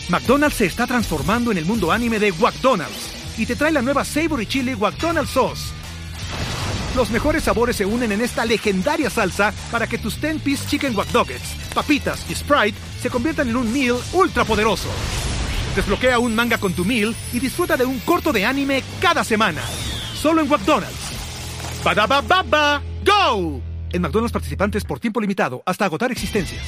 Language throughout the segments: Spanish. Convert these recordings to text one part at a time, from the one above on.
McDonald's se está transformando en el mundo anime de McDonald's y te trae la nueva Savory Chili McDonald's Sauce. Los mejores sabores se unen en esta legendaria salsa para que tus 10-piece chicken wack nuggets, papitas y Sprite se conviertan en un meal ultra poderoso. Desbloquea un manga con tu meal y disfruta de un corto de anime cada semana. Solo en McDonald's. ¡Badaba baba! ¡Go! En McDonald's participantes por tiempo limitado hasta agotar existencias.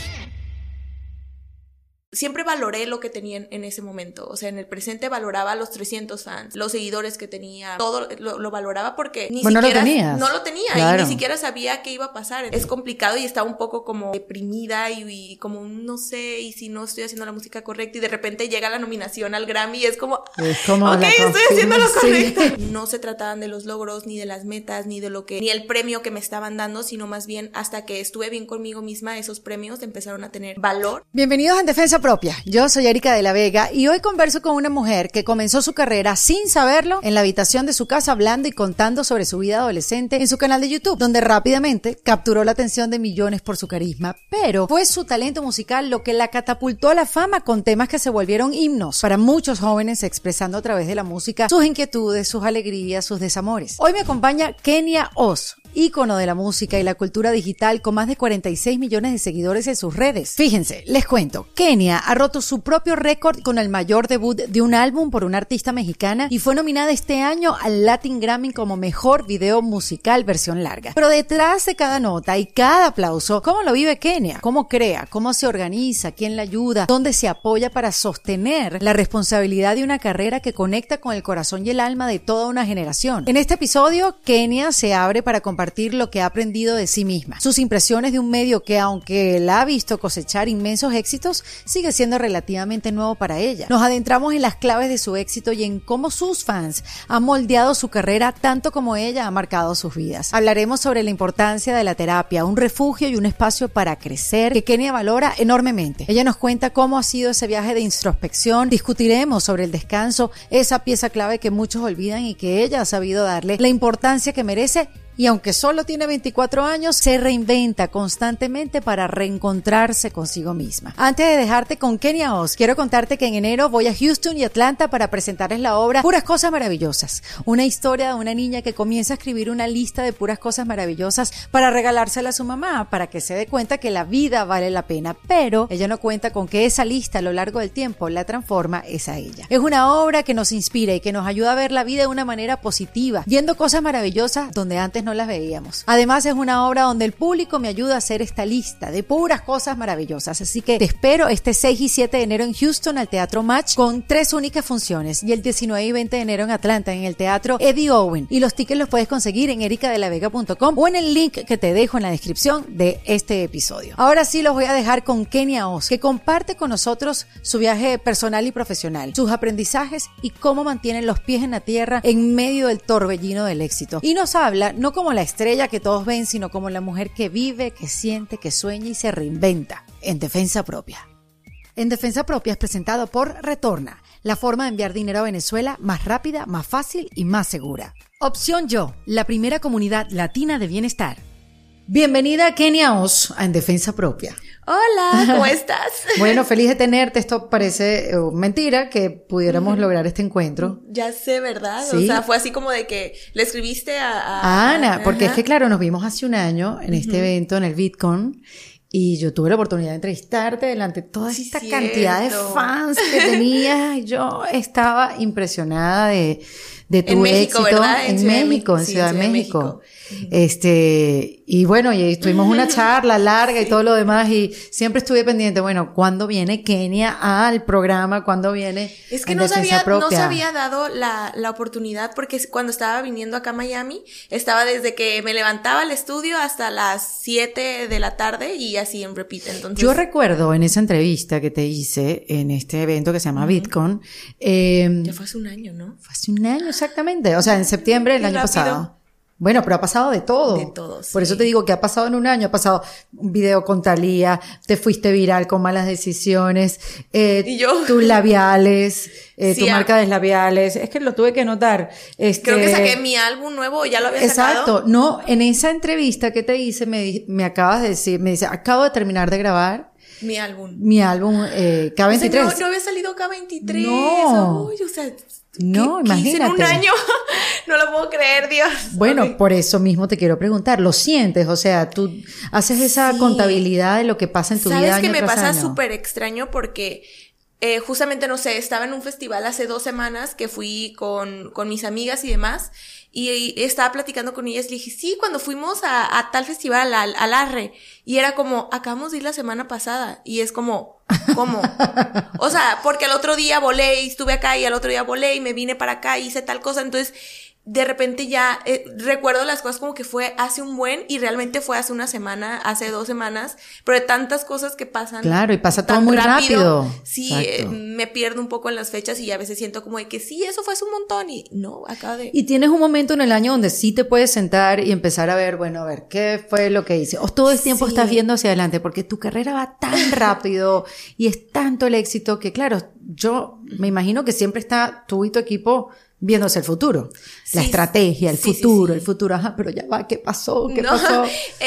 Siempre valoré lo que tenía en ese momento. O sea, en el presente valoraba los 300 fans, los seguidores que tenía, todo lo valoraba porque ni siquiera... No lo tenía, claro. Y ni siquiera sabía qué iba a pasar. Es complicado y estaba un poco como deprimida y como, no sé, y si no estoy haciendo la música correcta y de repente llega la nominación al Grammy y es como ok, estoy haciendo lo correcto. No se trataban de los logros, ni de las metas, ni el premio que me estaban dando, sino más bien hasta que estuve bien conmigo misma, esos premios empezaron a tener valor. Bienvenidos a En Defensa Propia. Yo soy Erika de la Vega y hoy converso con una mujer que comenzó su carrera sin saberlo en la habitación de su casa hablando y contando sobre su vida adolescente en su canal de YouTube, donde rápidamente capturó la atención de millones por su carisma, pero fue su talento musical lo que la catapultó a la fama con temas que se volvieron himnos para muchos jóvenes, expresando a través de la música sus inquietudes, sus alegrías, sus desamores. Hoy me acompaña Kenia Oz, ícono de la música y la cultura digital con más de 46 millones de seguidores en sus redes. Fíjense, les cuento, Kenia ha roto su propio récord con el mayor debut de un álbum por una artista mexicana y fue nominada este año al Latin Grammy como mejor video musical versión larga. Pero detrás de cada nota y cada aplauso, ¿cómo lo vive Kenia? ¿Cómo crea? ¿Cómo se organiza? ¿Quién la ayuda? ¿Dónde se apoya para sostener la responsabilidad de una carrera que conecta con el corazón y el alma de toda una generación? En este episodio, Kenia se abre para compartir lo que ha aprendido de sí misma, sus impresiones de un medio que, aunque la ha visto cosechar inmensos éxitos, sigue siendo relativamente nuevo para ella. Nos adentramos en las claves de su éxito y en cómo sus fans han moldeado su carrera tanto como ella ha marcado sus vidas. Hablaremos sobre la importancia de la terapia, un refugio y un espacio para crecer que Kenia valora enormemente. Ella nos cuenta cómo ha sido ese viaje de introspección, discutiremos sobre el descanso, esa pieza clave que muchos olvidan y que ella ha sabido darle la importancia que merece. Y aunque solo tiene 24 años, se reinventa constantemente para reencontrarse consigo misma. Antes de dejarte con Kenia Oz, quiero contarte que en enero voy a Houston y Atlanta para presentarles la obra Puras Cosas Maravillosas, una historia de una niña que comienza a escribir una lista de puras cosas maravillosas para regalársela a su mamá, para que se dé cuenta que la vida vale la pena, pero ella no cuenta con que esa lista a lo largo del tiempo la transforma es a ella. Es una obra que nos inspira y que nos ayuda a ver la vida de una manera positiva, viendo cosas maravillosas donde antes no las veíamos. Además es una obra donde el público me ayuda a hacer esta lista de puras cosas maravillosas, así que te espero este 6 y 7 de enero en Houston al Teatro Match con 3 únicas funciones y el 19 y 20 de enero en Atlanta en el Teatro Eddie Owen, y los tickets los puedes conseguir en ericadelavega.com o en el link que te dejo en la descripción de este episodio. Ahora sí los voy a dejar con Kenia Oz, que comparte con nosotros su viaje personal y profesional, sus aprendizajes y cómo mantiene los pies en la tierra en medio del torbellino del éxito, y nos habla no como la estrella que todos ven, sino como la mujer que vive, que siente, que sueña y se reinventa. En Defensa Propia. En Defensa Propia es presentado por Retorna, la forma de enviar dinero a Venezuela más rápida, más fácil y más segura. Opción Yo, la primera comunidad latina de bienestar. Bienvenida Kenia Oz a En Defensa Propia. Hola, ¿cómo estás? Bueno, feliz de tenerte. Esto parece mentira que pudiéramos lograr este encuentro. Ya sé, ¿verdad? ¿Sí? O sea, fue así como de que le escribiste a Ana, porque es que claro, nos vimos hace un año en este evento, en el VidCon, y yo tuve la oportunidad de entrevistarte delante de toda esta cantidad de fans que tenías. Yo estaba impresionada de tu México, éxito. ¿verdad? En México, en Ciudad de México. Y bueno, y tuvimos una charla larga y todo lo demás, y siempre estuve pendiente, bueno, ¿cuándo viene Kenia al programa? ¿Cuándo viene? Es que no se había dado la oportunidad, porque cuando estaba viniendo acá a Miami, estaba desde que me levantaba al estudio hasta las 7 de la tarde y así en repeat. Entonces, yo recuerdo en esa entrevista que te hice en este evento que se llama VidCon, ya fue hace un año, ¿no? Fue hace un año exactamente, o sea, en septiembre del año pasado. Bueno, pero ha pasado de todo. De todo, sí. Por eso te digo que ha pasado en un año. Ha pasado un video con Thalía, te fuiste viral con Malas Decisiones, ¿Y yo? tus labiales, tu marca de labiales. Es que lo tuve que notar. Creo que saqué mi álbum nuevo, ya lo había sacado. Exacto. No, en esa entrevista que te hice me acabas de decir, me dice, acabo de terminar de grabar Mi álbum. K23. O sea, no había salido K23. No. Uy, o sea, no, ¿qué imagínate. hice en un año? No lo puedo creer, Dios. Bueno, por eso mismo te quiero preguntar, ¿lo sientes? O sea, tú haces esa contabilidad de lo que pasa en tu vida año tras año. ¿Sabes que me pasa súper extraño? Porque justamente, no sé, estaba en un festival hace 2 semanas que fui con mis amigas y demás, y estaba platicando con ellas y le dije, sí, cuando fuimos a tal festival, al Arre, y era como, acabamos de ir la semana pasada, y es como, ¿cómo? O sea, porque al otro día volé y estuve acá, y al otro día volé y me vine para acá y hice tal cosa, entonces de repente ya recuerdo las cosas como que fue hace un buen, y realmente fue hace una semana, hace 2 semanas, pero de tantas cosas que pasan. Claro, y pasa todo muy rápido. Sí, me pierdo un poco en las fechas y a veces siento como de que sí, eso fue hace un montón, y no, acaba de... ¿Y tienes un momento en el año donde sí te puedes sentar y empezar a ver, bueno, a ver, qué fue lo que hice? O todo el tiempo estás viendo hacia adelante, porque tu carrera va tan rápido y es tanto el éxito que, claro, yo me imagino que siempre está tú y tu equipo viéndose el futuro, la estrategia, el futuro, ajá, pero ya va, ¿qué pasó? ¿Qué pasó?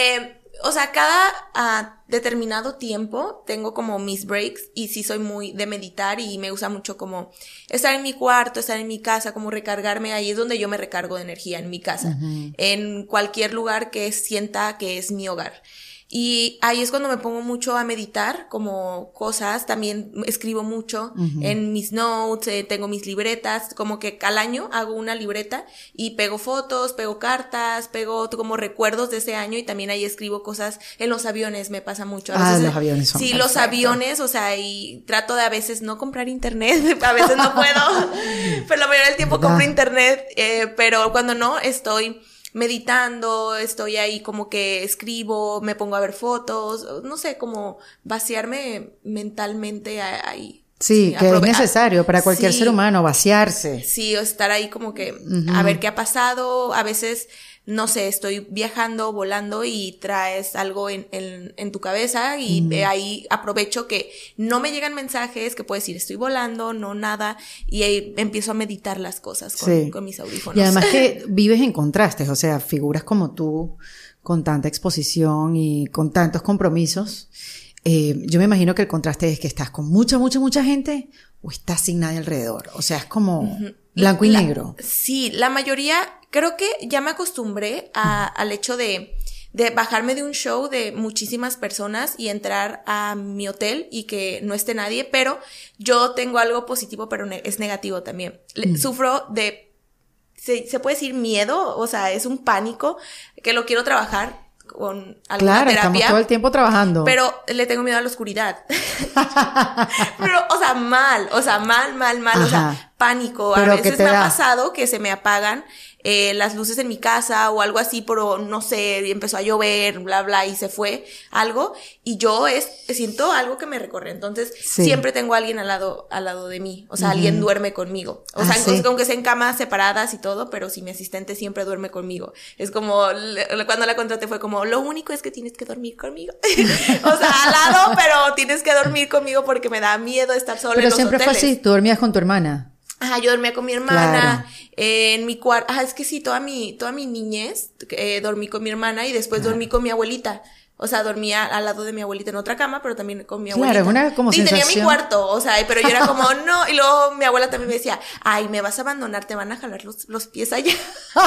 O sea, cada determinado tiempo tengo como mis breaks, y sí soy muy de meditar, y me gusta mucho como estar en mi cuarto, estar en mi casa, como recargarme. Ahí es donde yo me recargo de energía, en mi casa, en cualquier lugar que sienta que es mi hogar. Y ahí es cuando me pongo mucho a meditar, como cosas, también escribo mucho en mis notes, tengo mis libretas, como que al año hago una libreta y pego fotos, pego cartas, pego como recuerdos de ese año, y también ahí escribo cosas. En los aviones me pasa mucho. A veces, los aviones son perfectos. Los aviones, o sea, y trato de a veces no comprar internet, a veces no puedo, pero la mayoría del tiempo compro internet, pero cuando no, estoy meditando, estoy ahí como que escribo, me pongo a ver fotos, no sé, como vaciarme mentalmente ahí. Sí, que es necesario para cualquier ser humano, vaciarse. Sí, estar ahí como que a ver qué ha pasado. A veces, no sé, estoy viajando, volando, y traes algo en tu cabeza, y ahí aprovecho que no me llegan mensajes, que puedes decir estoy volando, no nada, y ahí empiezo a meditar las cosas con mis audífonos. Y además que vives en contrastes, o sea, figuras como tú, con tanta exposición y con tantos compromisos. Yo me imagino que el contraste es que estás con mucha gente o estás sin nadie alrededor. O sea, es como blanco y negro. Sí, la mayoría, creo que ya me acostumbré al hecho de bajarme de un show de muchísimas personas y entrar a mi hotel y que no esté nadie, pero yo tengo algo positivo, pero es negativo también. Sufro de, se puede decir miedo, o sea, es un pánico que lo quiero trabajar con alguna terapia. Estamos todo el tiempo trabajando. Pero le tengo miedo a la oscuridad. Pero, o sea, mal, o sea, pánico. Pero a veces me ha pasado que se me apagan las luces en mi casa o algo así, pero no sé, empezó a llover, bla, bla, y se fue algo, y yo siento algo que me recorre. Entonces, siempre tengo a alguien al lado de mí. O sea, alguien duerme conmigo. O sea, aunque sea en camas separadas y todo, pero sí, mi asistente siempre duerme conmigo. Es como, cuando la contraté fue como, lo único es que tienes que dormir conmigo. O sea, al lado, pero tienes que dormir conmigo porque me da miedo estar sola en los hoteles. Pero siempre fue así, tú dormías con tu hermana. Ajá, yo dormía con mi hermana, en mi cuarto. Ajá, es que sí, toda mi niñez dormí con mi hermana, y después dormí con mi abuelita. O sea, dormía al lado de mi abuelita en otra cama, pero también con mi abuelita. Claro, una como sensación. Tenía mi cuarto, o sea, pero yo era como, no. Y luego mi abuela también me decía, ay, me vas a abandonar, te van a jalar los pies allá. Y yo,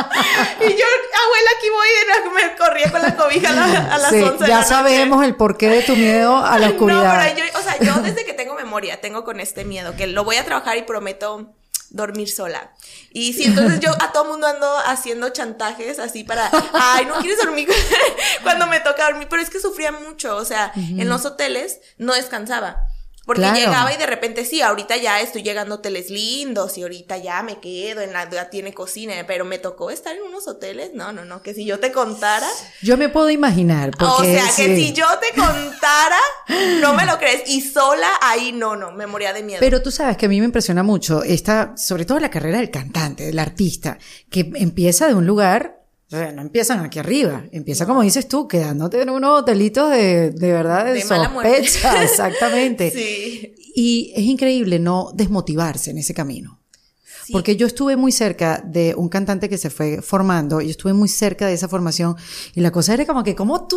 abuela, aquí voy, y me corría con la cobija a las 11 de la noche. Ya sabemos el porqué de tu miedo a la oscuridad. No, pero yo desde que tengo memoria, tengo con este miedo, que lo voy a trabajar y prometo dormir sola. Y sí, entonces yo a todo mundo ando haciendo chantajes así para, ay, no quieres dormir cuando me toca dormir, pero es que sufría mucho, o sea, en los hoteles no descansaba. Porque llegaba y de repente sí, ahorita ya estoy llegando a hoteles lindos y ahorita ya me quedo, ya tiene cocina, pero me tocó estar en unos hoteles, no, que si yo te contara. Yo me puedo imaginar. Porque, o sea, que si yo te contara, no me lo crees, y sola ahí no, me moría de miedo. Pero tú sabes que a mí me impresiona mucho sobre todo la carrera del cantante, del artista, que empieza de un lugar. O sea, no empiezan aquí arriba, empieza como dices tú, quedándote en unos hotelitos de verdad de sospecha, exactamente. Sí. Y es increíble no desmotivarse en ese camino. Sí. Porque yo estuve muy cerca de un cantante que se fue formando, y estuve muy cerca de esa formación, y la cosa era como que, ¿cómo tú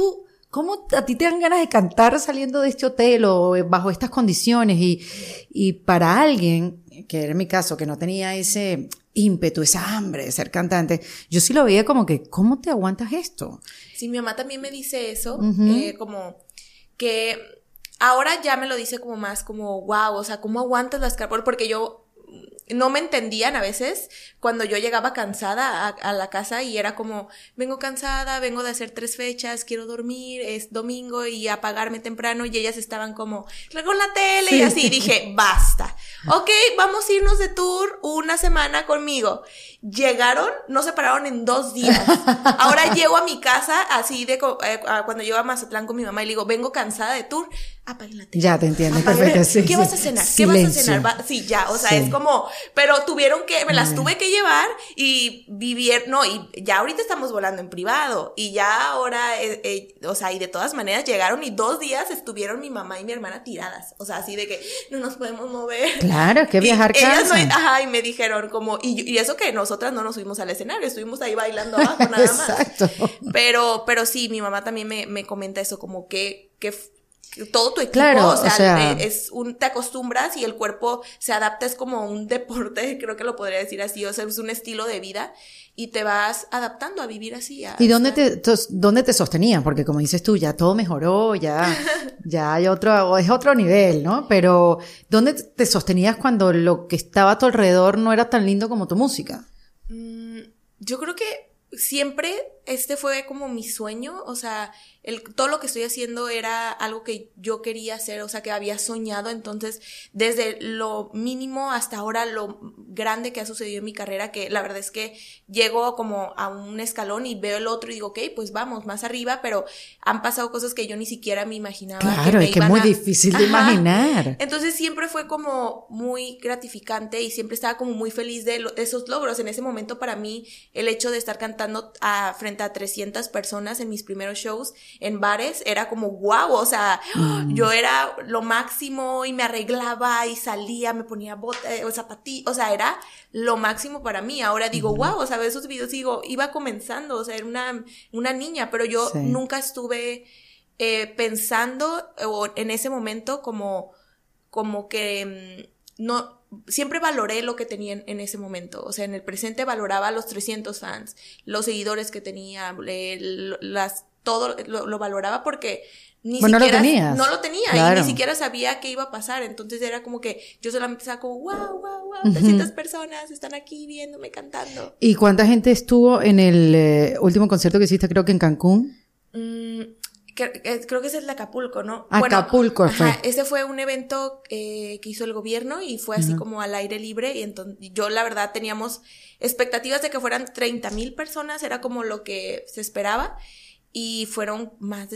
¿cómo a ti te dan ganas de cantar saliendo de este hotel o bajo estas condiciones? Y para alguien, que era mi caso, que no tenía ese ímpetu, esa hambre de ser cantante, yo sí lo veía como que, ¿cómo te aguantas esto? Sí, mi mamá también me dice eso, como que ahora ya me lo dice como más como, wow, o sea, ¿cómo aguantas las carpas? Porque yo no me entendían a veces cuando yo llegaba cansada a la casa y era como, vengo cansada, vengo de hacer 3 fechas, quiero dormir, es domingo y apagarme temprano, y ellas estaban como, con la tele y así, dije, basta, ok, vamos a irnos de tour una semana conmigo. Llegaron, no se pararon en 2 días. Ahora llego a mi casa así de cuando llego a Mazatlán con mi mamá y le digo, vengo cansada de tour, apaguen la tele. Ya te entiendo, perfecto. Sí, ¿Qué vas a cenar? Silencio. ¿Qué vas a cenar? Sí, ya, o sea, es como, pero me las tuve que llevar y vivir, no, y ya ahorita estamos volando en privado y ya ahora, o sea, y de todas maneras llegaron y 2 días estuvieron mi mamá y mi hermana tiradas, o sea, así de que no nos podemos mover. Claro, que viajar cansa. Y me dijeron como, y eso que nosotras no nos subimos al escenario, estuvimos ahí bailando abajo nada más. Exacto. Pero sí, mi mamá también me comenta eso, como que todo tu equipo, claro, o sea te acostumbras y el cuerpo se adapta, es como un deporte, creo que lo podría decir así, o sea, es un estilo de vida y te vas adaptando a vivir así. ¿Y dónde te sostenían? Porque como dices tú, ya todo mejoró, ya hay es otro nivel, ¿no? Pero ¿dónde te sostenías cuando lo que estaba a tu alrededor no era tan lindo como tu música? Yo creo que siempre fue como mi sueño, o sea, todo lo que estoy haciendo era algo que yo quería hacer, o sea, que había soñado, entonces, desde lo mínimo hasta ahora, lo grande que ha sucedido en mi carrera, que la verdad es que llego como a un escalón y veo el otro y digo, ok, pues vamos, más arriba, pero han pasado cosas que yo ni siquiera me imaginaba. Claro, es que es muy difícil de imaginar. Entonces, siempre fue como muy gratificante y siempre estaba como muy feliz de esos logros. En ese momento, para mí, el hecho de estar cantando frente a 300 personas en mis primeros shows en bares era como wow, o sea, yo era lo máximo y me arreglaba y salía, me ponía zapatillas, o sea, era lo máximo para mí. Ahora digo, wow, o sea, veo esos videos y digo, iba comenzando, o sea, era una niña, pero yo nunca estuve pensando o en ese momento como que no, siempre valoré lo que tenía en ese momento, o sea, en el presente valoraba los 300 fans, los seguidores que tenía, todo lo valoraba porque no lo tenía claro. Y ni siquiera sabía qué iba a pasar, entonces era como que yo solamente estaba como wow, 300 personas están aquí viéndome cantando. ¿Y cuánta gente estuvo en el último concierto que hiciste, creo que en Cancún? Creo que ese es el de Acapulco, ¿no? Acapulco fue. Ese fue un evento que hizo el gobierno y fue así como al aire libre, y entonces yo la verdad teníamos expectativas de que fueran 30,000 personas, era como lo que se esperaba, y fueron más de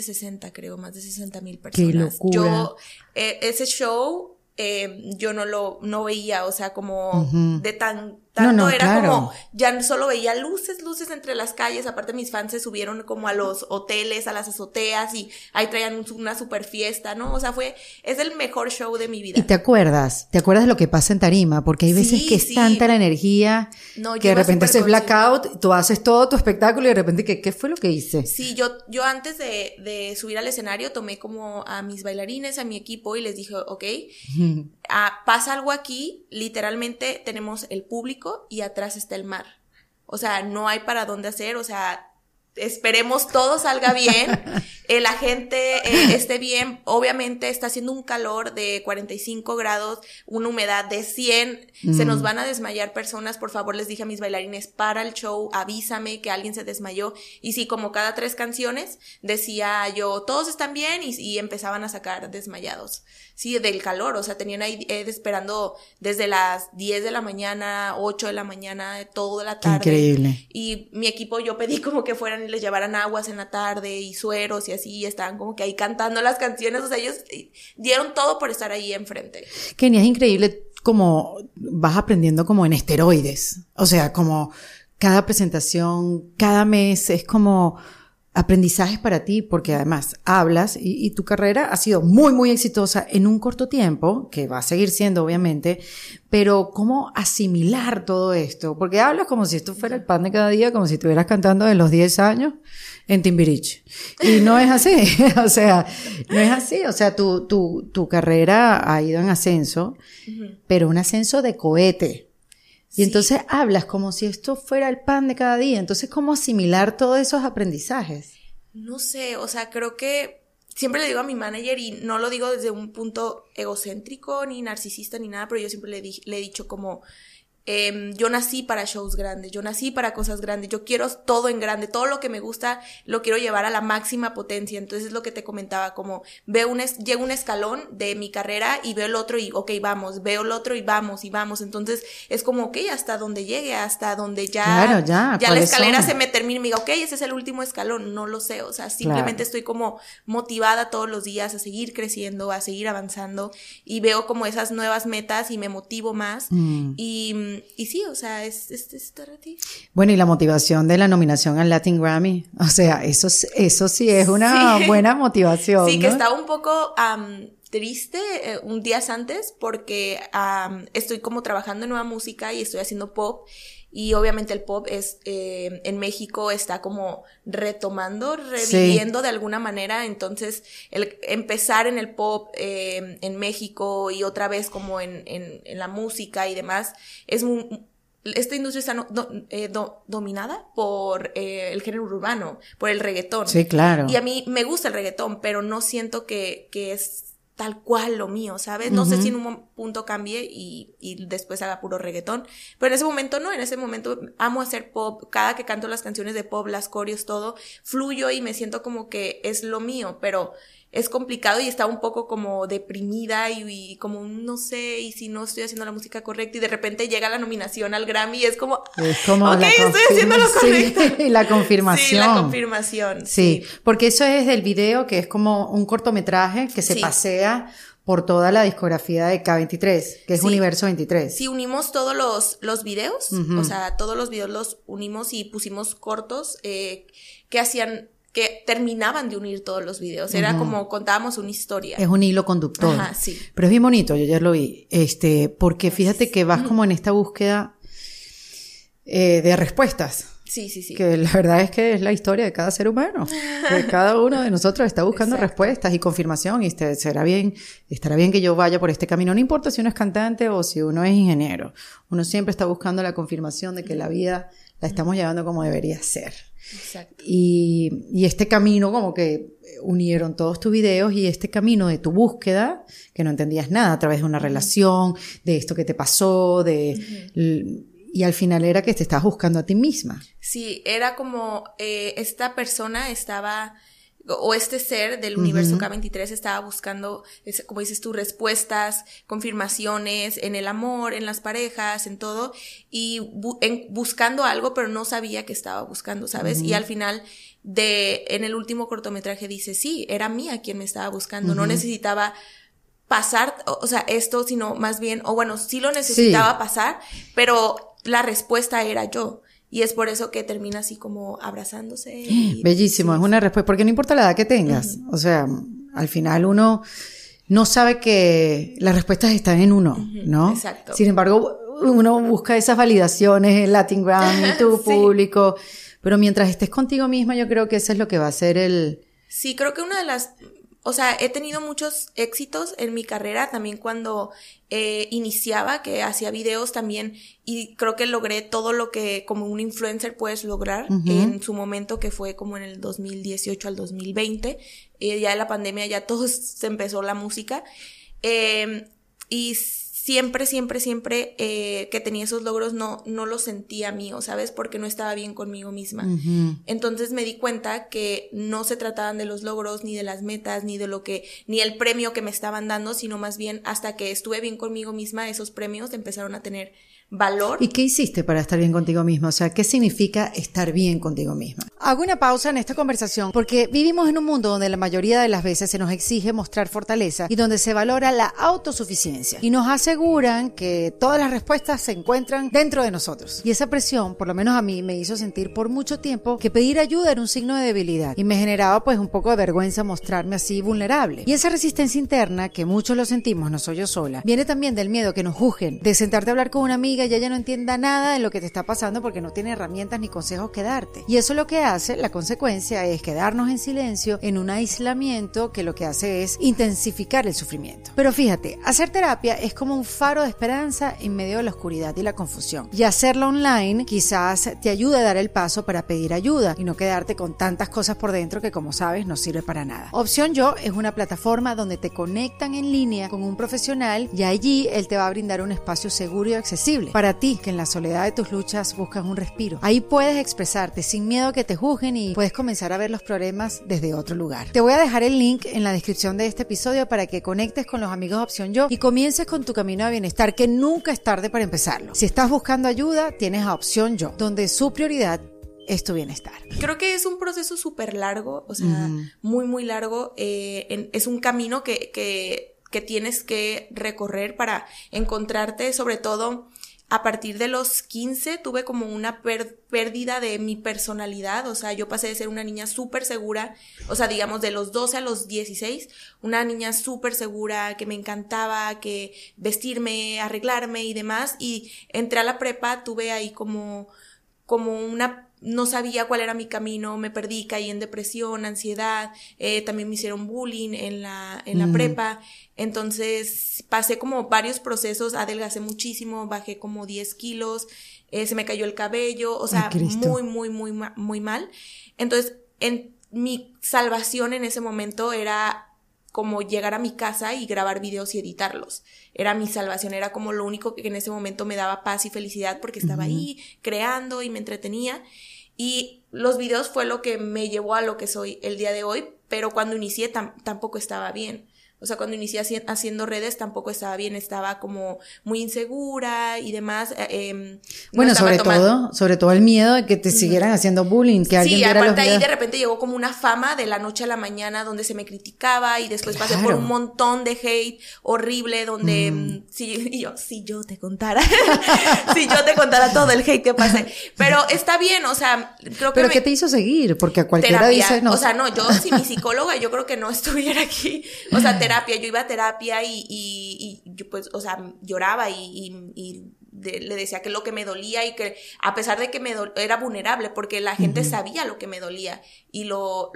60,000 personas. ¡Qué locura! Ese show yo no veía, o sea, como de tanto era claro. Como, ya solo veía luces entre las calles, aparte mis fans se subieron como a los hoteles, a las azoteas, y ahí traían una super fiesta, ¿no? O sea, es el mejor show de mi vida. ¿Y te acuerdas de lo que pasa en tarima? Porque hay veces que es tanta la energía que de repente haces blackout, tú haces todo tu espectáculo y de repente, ¿qué fue lo que hice? Sí, yo antes de subir al escenario tomé como a mis bailarines, a mi equipo, y les dije, ok, pasa algo aquí, literalmente tenemos el público y atrás está el mar, o sea, no hay para dónde hacer, o sea, esperemos todo salga bien, la gente esté bien, obviamente está haciendo un calor de 45 grados, una humedad de 100, se nos van a desmayar personas, por favor les dije a mis bailarines, para el show, avísame que alguien se desmayó, y sí, como cada 3 canciones decía yo, todos están bien, y empezaban a sacar desmayados, sí, del calor, o sea, tenían ahí esperando desde las 10 de la mañana, 8 de la mañana, toda la tarde. Increíble. Y mi equipo, yo pedí como que fueran y les llevaran aguas en la tarde y sueros y así, y estaban como que ahí cantando las canciones, o sea, ellos dieron todo por estar ahí enfrente. Kenia, es increíble como vas aprendiendo como en esteroides, o sea, como cada presentación, cada mes es como aprendizajes para ti, porque además hablas y tu carrera ha sido muy, muy exitosa en un corto tiempo, que va a seguir siendo obviamente, pero ¿cómo asimilar todo esto? Porque hablas como si esto fuera el pan de cada día, como si estuvieras cantando de los 10 años en Timbiriche. Y no es así, o sea, no es así, o sea, tu carrera ha ido en ascenso, pero un ascenso de cohete. Y entonces hablas como si esto fuera el pan de cada día. Entonces, ¿cómo asimilar todos esos aprendizajes? No sé, o sea, creo que siempre le digo a mi manager, y no lo digo desde un punto egocéntrico, ni narcisista, ni nada, pero yo siempre le he dicho como... yo nací para shows grandes, yo nací para cosas grandes, yo quiero todo en grande, todo lo que me gusta lo quiero llevar a la máxima potencia. Entonces es lo que te comentaba, como llego un escalón de mi carrera y veo el otro y ok, vamos, veo el otro y vamos, entonces es como ok, hasta donde llegue, hasta donde ya la escalera se me termine y me diga ok, ese es el último escalón, no lo sé, o sea, simplemente estoy como motivada todos los días a seguir creciendo, a seguir avanzando, y veo como esas nuevas metas y me motivo más. Y sí, o sea, es estar a ti. Bueno, y la motivación de la nominación al Latin Grammy, o sea, eso sí es una buena motivación, sí, ¿no? que estaba un poco triste un días antes porque estoy como trabajando en nueva música y estoy haciendo pop. Y obviamente el pop es en México está como reviviendo de alguna manera. Entonces el empezar en el pop en México y otra vez como en la música y demás, esta industria está dominada por el género urbano, por el reggaetón. Sí, claro. Y a mí me gusta el reggaetón, pero no siento que es tal cual lo mío, ¿sabes? No sé si en un punto cambie y después haga puro reggaetón, pero en ese momento no, en ese momento amo hacer pop, cada que canto las canciones de pop, las coreos, todo, fluyo y me siento como que es lo mío, pero es complicado y está un poco como deprimida y como no sé, y si no estoy haciendo la música correcta y de repente llega la nominación al Grammy y es como ok, estoy haciendo lo correcto. Sí, la confirmación. Sí, la confirmación. Sí, porque eso es del video, que es como un cortometraje que se pasea por toda la discografía de K23, que es Universo 23. Sí, unimos todos los videos, o sea, todos los videos los unimos y pusimos cortos que terminaban de unir todos los videos. Era como contábamos una historia. Es un hilo conductor. Ajá, sí. Pero es bien bonito, yo ayer lo vi. Porque fíjate que vas como en esta búsqueda de respuestas. Sí. Que la verdad es que es la historia de cada ser humano. Que cada uno de nosotros está buscando respuestas y confirmación. Y estará bien que yo vaya por este camino. No importa si uno es cantante o si uno es ingeniero. Uno siempre está buscando la confirmación de que la vida la estamos llevando como debería ser. Exacto. Y este camino como que unieron todos tus videos y este camino de tu búsqueda, que no entendías nada a través de una relación, de esto que te pasó, y al final era que te estabas buscando a ti misma. Sí, era como esta persona estaba, o este ser del universo K23 estaba buscando, como dices tú, respuestas, confirmaciones en el amor, en las parejas, en todo, y buscando algo, pero no sabía que estaba buscando, ¿sabes? Y al final en el último cortometraje dice, sí, era mía quien me estaba buscando, no necesitaba pasar, o sea, esto, sino más bien, sí lo necesitaba pasar, pero la respuesta era yo. Y es por eso que termina así como abrazándose. Bellísimo, es una respuesta, porque no importa la edad que tengas. O sea, al final uno no sabe que las respuestas están en uno, ¿no? Exacto. Sin embargo, uno busca esas validaciones, el Latin Grammy, tu público. Pero mientras estés contigo misma, yo creo que eso es lo que va a ser Sí, creo que una de las... O sea, he tenido muchos éxitos en mi carrera, también cuando iniciaba, que hacía videos también, y creo que logré todo lo que como un influencer puedes lograr en su momento, que fue como en el 2018 al 2020, ya de la pandemia ya todo se empezó la música, y siempre que tenía esos logros no los sentía mío, ¿sabes? Porque no estaba bien conmigo misma. Entonces me di cuenta que no se trataban de los logros, ni de las metas, ni el premio que me estaban dando, sino más bien hasta que estuve bien conmigo misma, esos premios empezaron a tener valor. ¿Y qué hiciste para estar bien contigo misma? O sea, ¿qué significa estar bien contigo misma? Hago una pausa en esta conversación porque vivimos en un mundo donde la mayoría de las veces se nos exige mostrar fortaleza y donde se valora la autosuficiencia y nos hace aseguran que todas las respuestas se encuentran dentro de nosotros. Y esa presión, por lo menos a mí, me hizo sentir por mucho tiempo que pedir ayuda era un signo de debilidad y me generaba pues un poco de vergüenza mostrarme así vulnerable. Y esa resistencia interna, que muchos lo sentimos, no soy yo sola, viene también del miedo que nos juzguen, de sentarte a hablar con una amiga y ella no entienda nada de lo que te está pasando porque no tiene herramientas ni consejos que darte. Y eso lo que hace, la consecuencia es quedarnos en silencio, en un aislamiento que lo que hace es intensificar el sufrimiento. Pero fíjate, hacer terapia es como un faro de esperanza en medio de la oscuridad y la confusión. Y hacerla online quizás te ayude a dar el paso para pedir ayuda y no quedarte con tantas cosas por dentro que, como sabes, no sirve para nada. Opción Yo es una plataforma donde te conectan en línea con un profesional y allí él te va a brindar un espacio seguro y accesible para ti, que en la soledad de tus luchas buscas un respiro. Ahí puedes expresarte sin miedo a que te juzguen y puedes comenzar a ver los problemas desde otro lugar. Te voy a dejar el link en la descripción de este episodio para que conectes con los amigos de Opción Yo y comiences con tu camino de bienestar, que nunca es tarde para empezarlo. Si estás buscando ayuda, tienes a Opción Yo, donde su prioridad es tu bienestar. Creo que es un proceso súper largo, o sea, muy, muy largo. Es un camino que tienes que recorrer para encontrarte, sobre todo a partir de los 15 tuve como una pérdida de mi personalidad, o sea, yo pasé de ser una niña súper segura, o sea, digamos de los 12 a los 16, una niña súper segura, que me encantaba, que vestirme, arreglarme y demás, y entré a la prepa, tuve ahí como no sabía cuál era mi camino, me perdí, caí en depresión, ansiedad, también me hicieron bullying en la prepa, entonces pasé como varios procesos, adelgacé muchísimo, bajé como 10 kilos, se me cayó el cabello, o sea, muy, muy, muy, muy mal. Entonces, mi salvación en ese momento era como llegar a mi casa y grabar videos y editarlos. Era mi salvación, era como lo único que en ese momento me daba paz y felicidad porque estaba ahí creando y me entretenía. Y los videos fue lo que me llevó a lo que soy el día de hoy, pero cuando inicié tampoco estaba bien. O sea, cuando inicié haciendo redes tampoco estaba bien, estaba como muy insegura y demás. Bueno, sobre todo el miedo de que te siguieran haciendo bullying, que alguien viera los videos. Sí, aparte ahí de repente llegó como una fama de la noche a la mañana donde se me criticaba y después pasé por un montón de hate horrible donde si yo te contara todo el hate que pasé. Pero está bien, o sea, creo que ¿Pero qué te hizo seguir? Porque a cualquiera terapia, dice no. O sea, no, yo si mi psicóloga yo creo que no estuviera aquí. O sea, yo iba a terapia y yo pues, o sea, lloraba y le decía que lo que me dolía y que a pesar de que era vulnerable porque la gente sabía lo que me dolía y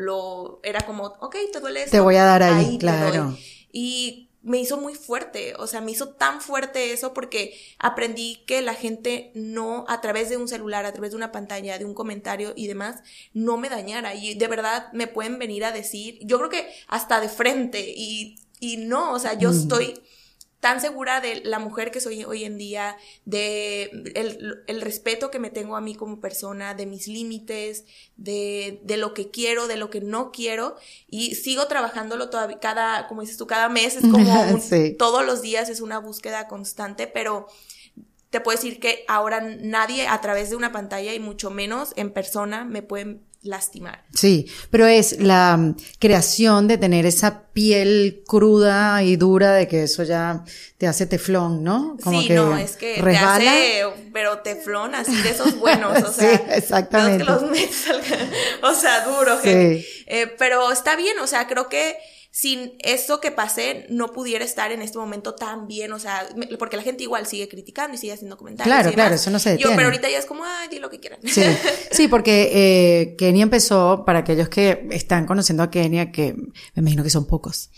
era como, okay, te duele esto. Te voy a dar ahí claro. Y me hizo muy fuerte, o sea, me hizo tan fuerte eso porque aprendí que la gente no, a través de un celular, a través de una pantalla, de un comentario y demás, no me dañara y de verdad me pueden venir a decir, yo creo que hasta de frente y no, o sea, yo estoy tan segura de la mujer que soy hoy en día, de el respeto que me tengo a mí como persona, de mis límites, de lo que quiero, de lo que no quiero, y sigo trabajándolo todavía, como dices tú, cada mes es como todos los días es una búsqueda constante, pero te puedo decir que ahora nadie a través de una pantalla y mucho menos en persona me pueden lastimar. Sí, pero es la creación de tener esa piel cruda y dura de que eso ya te hace teflón, ¿no? Como sí, que no, es que resbala. Te hace, pero teflón así de esos buenos, o sea, sí, exactamente. Que los metes, o sea, duro, sí. Pero está bien, o sea, creo que sin eso que pasé, no pudiera estar en este momento tan bien, o sea, porque la gente igual sigue criticando y sigue haciendo comentarios. Claro, eso no se detiene. Pero ahorita ya es como, di lo que quieran. Sí, porque Kenia empezó, para aquellos que están conociendo a Kenia, que me imagino que son pocos,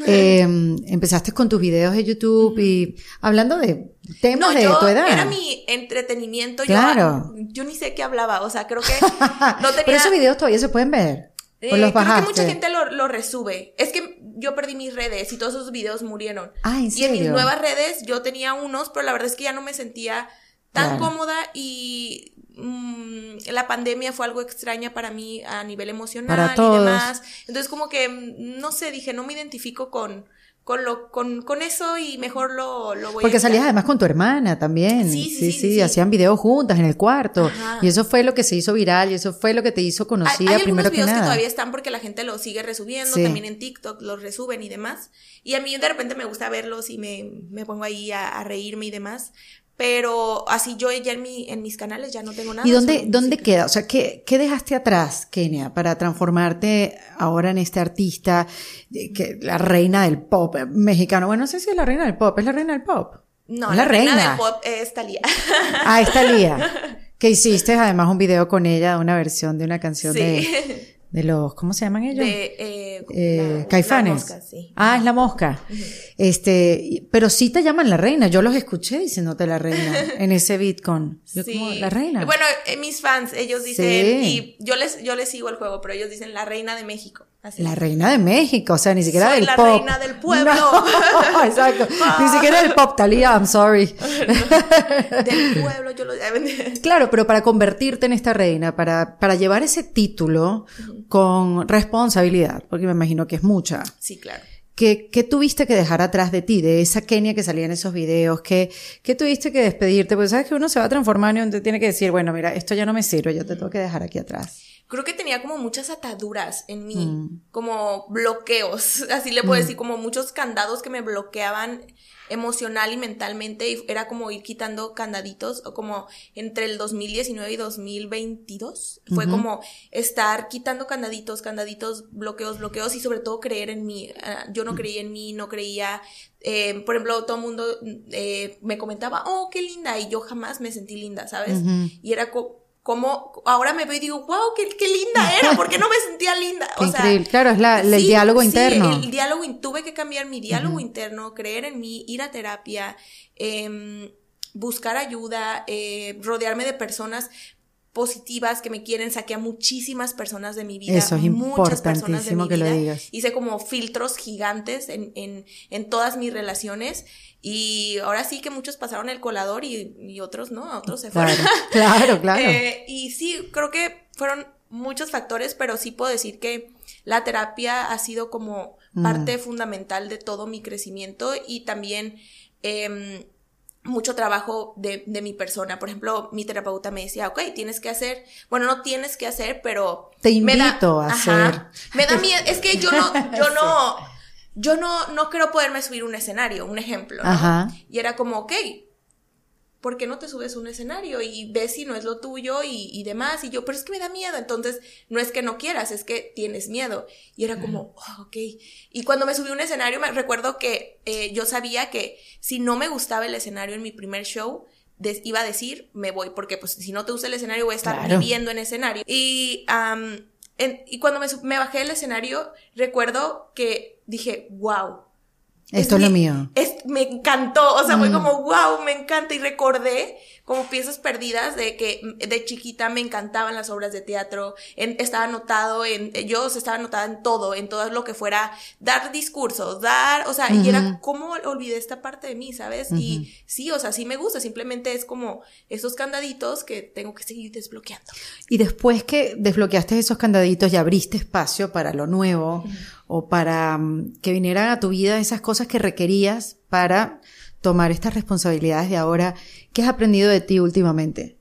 empezaste con tus videos de YouTube y hablando de temas de tu edad. Era mi entretenimiento, claro. Yo ni sé qué hablaba, o sea, creo que no tenía... Pero esos videos todavía se pueden ver. ¿O los bajaste? Creo que mucha gente lo resube. Es que yo perdí mis redes y todos esos videos murieron. Ah, ¿en serio? Y en mis nuevas redes yo tenía unos, pero la verdad es que ya no me sentía tan cómoda y la pandemia fue algo extraña para mí a nivel emocional para todos. Y demás. Entonces como que, no sé, dije, no me identifico con con eso y mejor lo voy Porque salías además con tu hermana también. Sí, hacían videos juntas en el cuarto. Ajá. Y eso fue lo que se hizo viral y eso fue lo que te hizo conocida primero que nada. Hay algunos videos que todavía están porque la gente los sigue resubiendo, también en TikTok los resuben y demás. Y a mí de repente me gusta verlos y me pongo ahí a reírme y demás. Pero así yo ya en mis canales ya no tengo nada. ¿Y dónde queda? O sea, ¿qué dejaste atrás, Kenia, para transformarte ahora en esta artista, la reina del pop mexicano? Bueno, no sé si es la reina del pop, ¿es la reina del pop? No, la reina del pop es Thalía. Ah, es Thalía. Que hiciste además un video con ella, una versión de una canción de los, ¿cómo se llaman ellos? Caifanes. La Mosca, sí. Ah, es La Mosca. Uh-huh. Pero sí te llaman la reina. Yo los escuché diciéndote la reina en ese beat con como la reina. Bueno, mis fans, ellos dicen, y yo les sigo el juego, pero ellos dicen la reina de México. Así. La reina de México, o sea, ni siquiera del pop. Soy la reina del pueblo. No, exacto. Ni siquiera del pop, Thalía, I'm sorry. Del pueblo, yo lo... Claro, pero para convertirte en esta reina, para llevar ese título con responsabilidad, porque me imagino que es mucha. Sí, claro. ¿Qué tuviste que dejar atrás de ti, de esa Kenia que salía en esos videos? ¿Qué tuviste que despedirte? Porque sabes que uno se va transformando y uno tiene que decir, bueno, mira, esto ya no me sirve, yo te tengo que dejar aquí atrás. Creo que tenía como muchas ataduras en mí, como bloqueos, así le puedo decir, como muchos candados que me bloqueaban emocional y mentalmente, y era como ir quitando candaditos, o como entre el 2019 y 2022, fue como estar quitando candaditos, bloqueos, y sobre todo creer en mí. Yo no creía en mí, no creía, por ejemplo, todo el mundo me comentaba, oh, qué linda, y yo jamás me sentí linda, ¿sabes? Y era como ahora me veo y digo, wow, qué linda era, ¿por qué no me sentía linda? O sea, increíble, claro, es el diálogo interno. El diálogo, tuve que cambiar mi diálogo interno, creer en mí, ir a terapia, buscar ayuda, rodearme de personas positivas que me quieren. Saqué a muchísimas personas de mi vida. Eso es importantísimo que lo digas. Hice como filtros gigantes en todas mis relaciones. Y ahora sí que muchos pasaron el colador y otros no, otros se fueron. Claro. Y sí, creo que fueron muchos factores, pero sí puedo decir que la terapia ha sido como parte fundamental de todo mi crecimiento y también mucho trabajo de mi persona. Por ejemplo, mi terapeuta me decía, okay, tienes que hacer, bueno, no tienes que hacer, pero te invito a hacer. Me da miedo, es que yo no creo poderme subir un escenario, un ejemplo, ¿no? Ajá. Y era como, okay, ¿por qué no te subes un escenario? Y ves si no es lo tuyo y demás. Y yo, pero es que me da miedo. Entonces, no es que no quieras, es que tienes miedo. Y era como, oh, ok. Y cuando me subí a un escenario, me recuerdo que yo sabía que si no me gustaba el escenario en mi primer show, iba a decir, me voy. Porque pues si no te gusta el escenario, voy a estar viviendo en escenario. Y cuando me bajé del escenario, recuerdo que dije, wow. Esto es lo mío. Me encantó, o sea, fue como, wow, me encanta. Y recordé como piezas perdidas de que de chiquita me encantaban las obras de teatro. Estaba anotado yo estaba anotada en todo lo que fuera dar discursos, o sea, y era como olvidé esta parte de mí, ¿sabes? Y sí, o sea, sí me gusta, simplemente es como esos candaditos que tengo que seguir desbloqueando. Y después que desbloqueaste esos candaditos y abriste espacio para lo nuevo, o para que vinieran a tu vida esas cosas que requerías para tomar estas responsabilidades de ahora, ¿qué has aprendido de ti últimamente?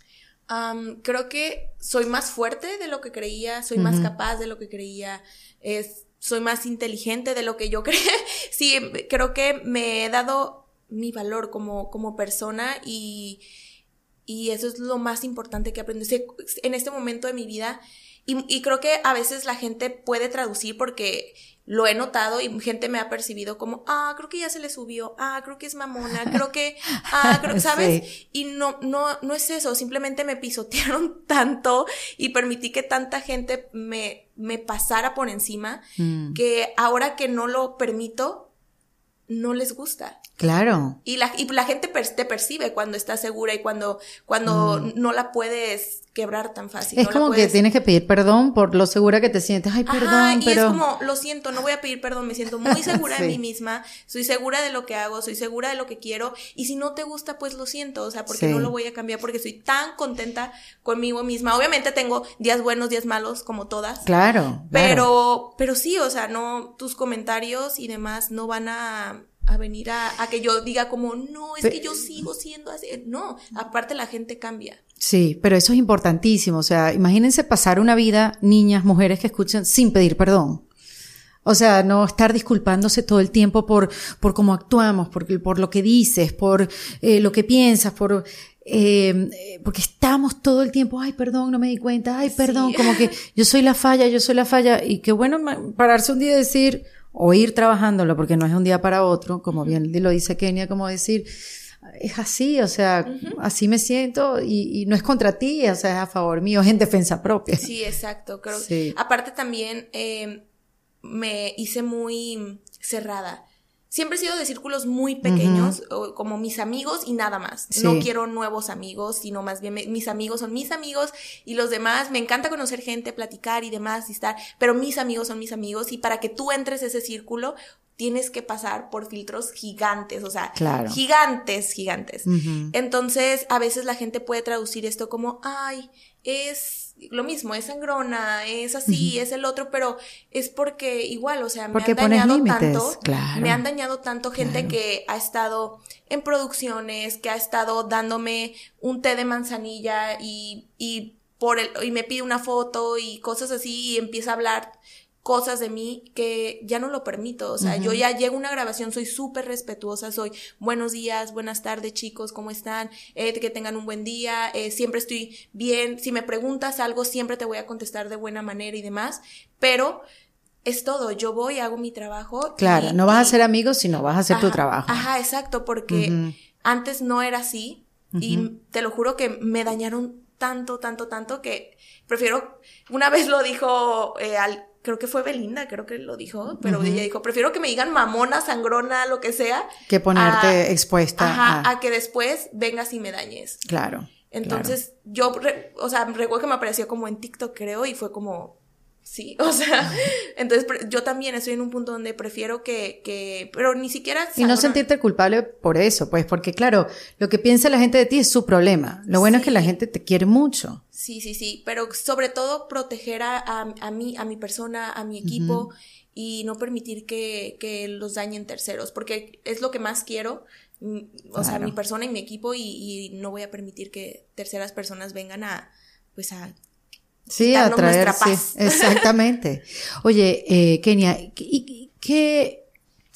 Creo que soy más fuerte de lo que creía, soy más capaz de lo que creía, soy más inteligente de lo que yo creía. Sí, creo que me he dado mi valor como persona y eso es lo más importante que aprendí en este momento de mi vida. Y creo que a veces la gente puede traducir porque lo he notado y gente me ha percibido como, creo que ya se le subió, creo que es mamona, ¿sabes? Sí. Y no es eso, simplemente me pisotearon tanto y permití que tanta gente me pasara por encima que ahora que no lo permito, no les gusta. Claro. Y la gente te percibe cuando estás segura y cuando no la puedes quebrar tan fácil. Es como que tienes que pedir perdón por lo segura que te sientes. Ay, perdón, y es como, lo siento, no voy a pedir perdón, me siento muy segura de mí misma, soy segura de lo que hago, soy segura de lo que quiero, y si no te gusta, pues lo siento, o sea, porque no lo voy a cambiar, porque estoy tan contenta conmigo misma. Obviamente tengo días buenos, días malos, como todas. Claro. Pero sí, o sea, no, tus comentarios y demás no van a venir a que yo diga como, no, es que yo sigo siendo así. No, aparte la gente cambia. Sí, pero eso es importantísimo. O sea, imagínense pasar una vida, niñas, mujeres que escuchan sin pedir perdón. O sea, no estar disculpándose todo el tiempo por cómo actuamos, por lo que dices, por lo que piensas, porque estamos todo el tiempo, ay, perdón, no me di cuenta, ay, perdón, como que yo soy la falla, y qué bueno pararse un día y decir, o ir trabajándolo, porque no es de un día para otro, como bien lo dice Kenia, como decir, es así, o sea, así me siento, y no es contra ti, o sea, es a favor mío, es en defensa propia. Sí, exacto, creo. Sí. Aparte también, me hice muy cerrada. Siempre he sido de círculos muy pequeños, como mis amigos y nada más. Sí. No quiero nuevos amigos, sino más bien mis amigos son mis amigos, y los demás, me encanta conocer gente, platicar y demás, y estar, pero mis amigos son mis amigos, y para que tú entres a ese círculo, tienes que pasar por filtros gigantes, o sea, gigantes. Entonces, a veces la gente puede traducir esto como, ay, es lo mismo, es sangrona, es así, es el otro, pero es porque igual, o sea, me han dañado tanto, me han dañado tanto gente que ha estado en producciones, que ha estado dándome un té de manzanilla y me pide una foto y cosas así, y empieza a hablar cosas de mí que ya no lo permito, o sea, yo ya llego a una grabación, soy súper respetuosa, soy buenos días, buenas tardes chicos, ¿cómo están? Que tengan un buen día, siempre estoy bien, si me preguntas algo siempre te voy a contestar de buena manera y demás, pero es todo, yo voy, hago mi trabajo. Claro, no vas a ser amigos, sino vas a hacer tu trabajo. Ajá, exacto, porque antes no era así, y te lo juro que me dañaron tanto que prefiero, una vez lo dijo creo que fue Belinda, creo que lo dijo, pero ella dijo, prefiero que me digan mamona, sangrona, lo que sea. Que ponerte expuesta. A que después vengas y me dañes. Claro. Entonces, yo, o sea, recuerdo que me apareció como en TikTok, creo, y fue como, sí, o sea, entonces yo también estoy en un punto donde prefiero que pero ni siquiera... Y no sentirte culpable por eso, pues, porque claro, lo que piensa la gente de ti es su problema. Lo bueno es que la gente te quiere mucho. Sí, pero sobre todo proteger a mi persona, a mi equipo, y no permitir que los dañen terceros, porque es lo que más quiero, o sea, mi persona y mi equipo, y no voy a permitir que terceras personas vengan a sí, a traer nuestra paz. Sí, exactamente. Oye, Kenia, ¿qué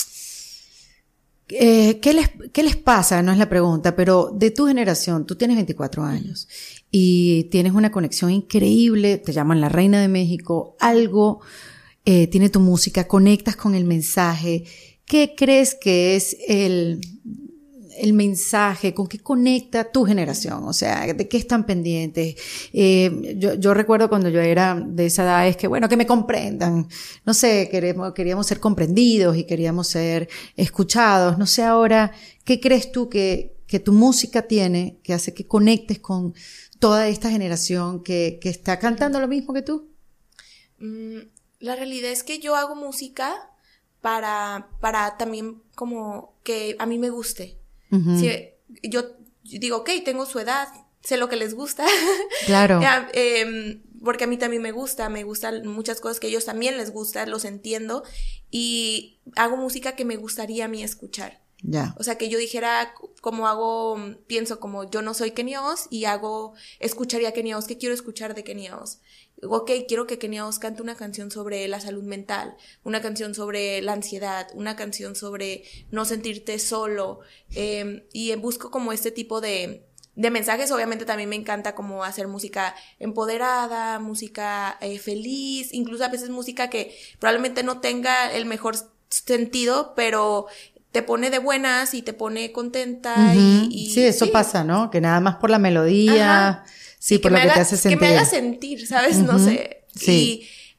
les pasa? No es la pregunta, pero de tu generación, tú tienes 24 años y tienes una conexión increíble, te llaman la Reina de México, algo tiene tu música, conectas con el mensaje. ¿Qué crees que es el mensaje, con qué conecta tu generación? O sea, ¿de qué están pendientes? Yo recuerdo cuando yo era de esa edad, es que, bueno, que me comprendan. No sé, queríamos ser comprendidos y queríamos ser escuchados. No sé ahora, ¿qué crees tú que tu música tiene, que hace que conectes con toda esta generación que está cantando lo mismo que tú? La realidad es que yo hago música para también como que a mí me guste. Sí, yo digo, ok, tengo su edad, sé lo que les gusta. Claro. Porque a mí también me gustan muchas cosas que a ellos también les gustan, los entiendo, y hago música que me gustaría a mí escuchar. Ya. O sea, que yo dijera, pienso como yo no soy Kenia Oz y escucharía a Kenia Oz, ¿qué quiero escuchar de Kenia Oz? Ok, quiero que Kenia Oz cante una canción sobre la salud mental, una canción sobre la ansiedad, una canción sobre no sentirte solo, y busco como este tipo de mensajes. Obviamente también me encanta como hacer música empoderada, música feliz, incluso a veces música que probablemente no tenga el mejor sentido, pero te pone de buenas y te pone contenta. Y sí, eso pasa, ¿no? Que nada más por la melodía, sí, por lo que te hace sentir. Que me haga sentir, ¿sabes? No sé. Sí.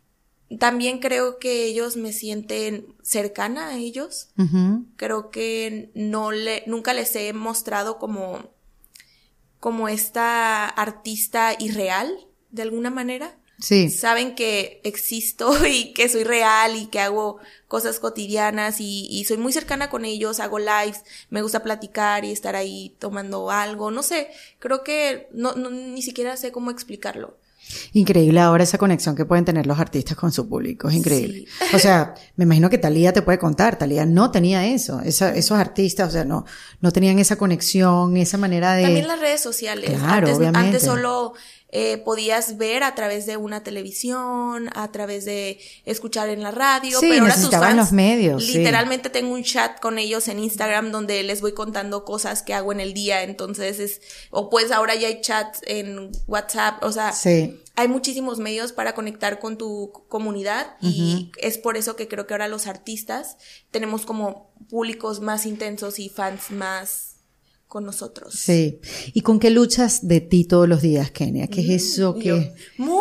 también creo que ellos me sienten cercana a ellos. Creo que nunca les he mostrado como esta artista irreal, de alguna manera. Sí. Saben que existo y que soy real y que hago cosas cotidianas y soy muy cercana con ellos, hago lives, me gusta platicar y estar ahí tomando algo, no sé, creo que ni siquiera sé cómo explicarlo. Increíble ahora esa conexión que pueden tener los artistas con su público, es increíble. Sí. O sea, me imagino que Thalía te puede contar, Thalía no tenía esos artistas, o sea, no tenían esa conexión, esa manera de... También las redes sociales. Claro, obviamente. Antes solo podías ver a través de una televisión, a través de escuchar en la radio, sí, pero ahora tus fans, los medios, literalmente tengo un chat con ellos en Instagram donde les voy contando cosas que hago en el día, entonces o pues ahora ya hay chats en WhatsApp, o sea, sí. Hay muchísimos medios para conectar con tu comunidad y es por eso que creo que ahora los artistas tenemos como públicos más intensos y fans más con nosotros. Sí. ¿Y con qué luchas de ti todos los días, Kenia? ¿Qué es eso que...?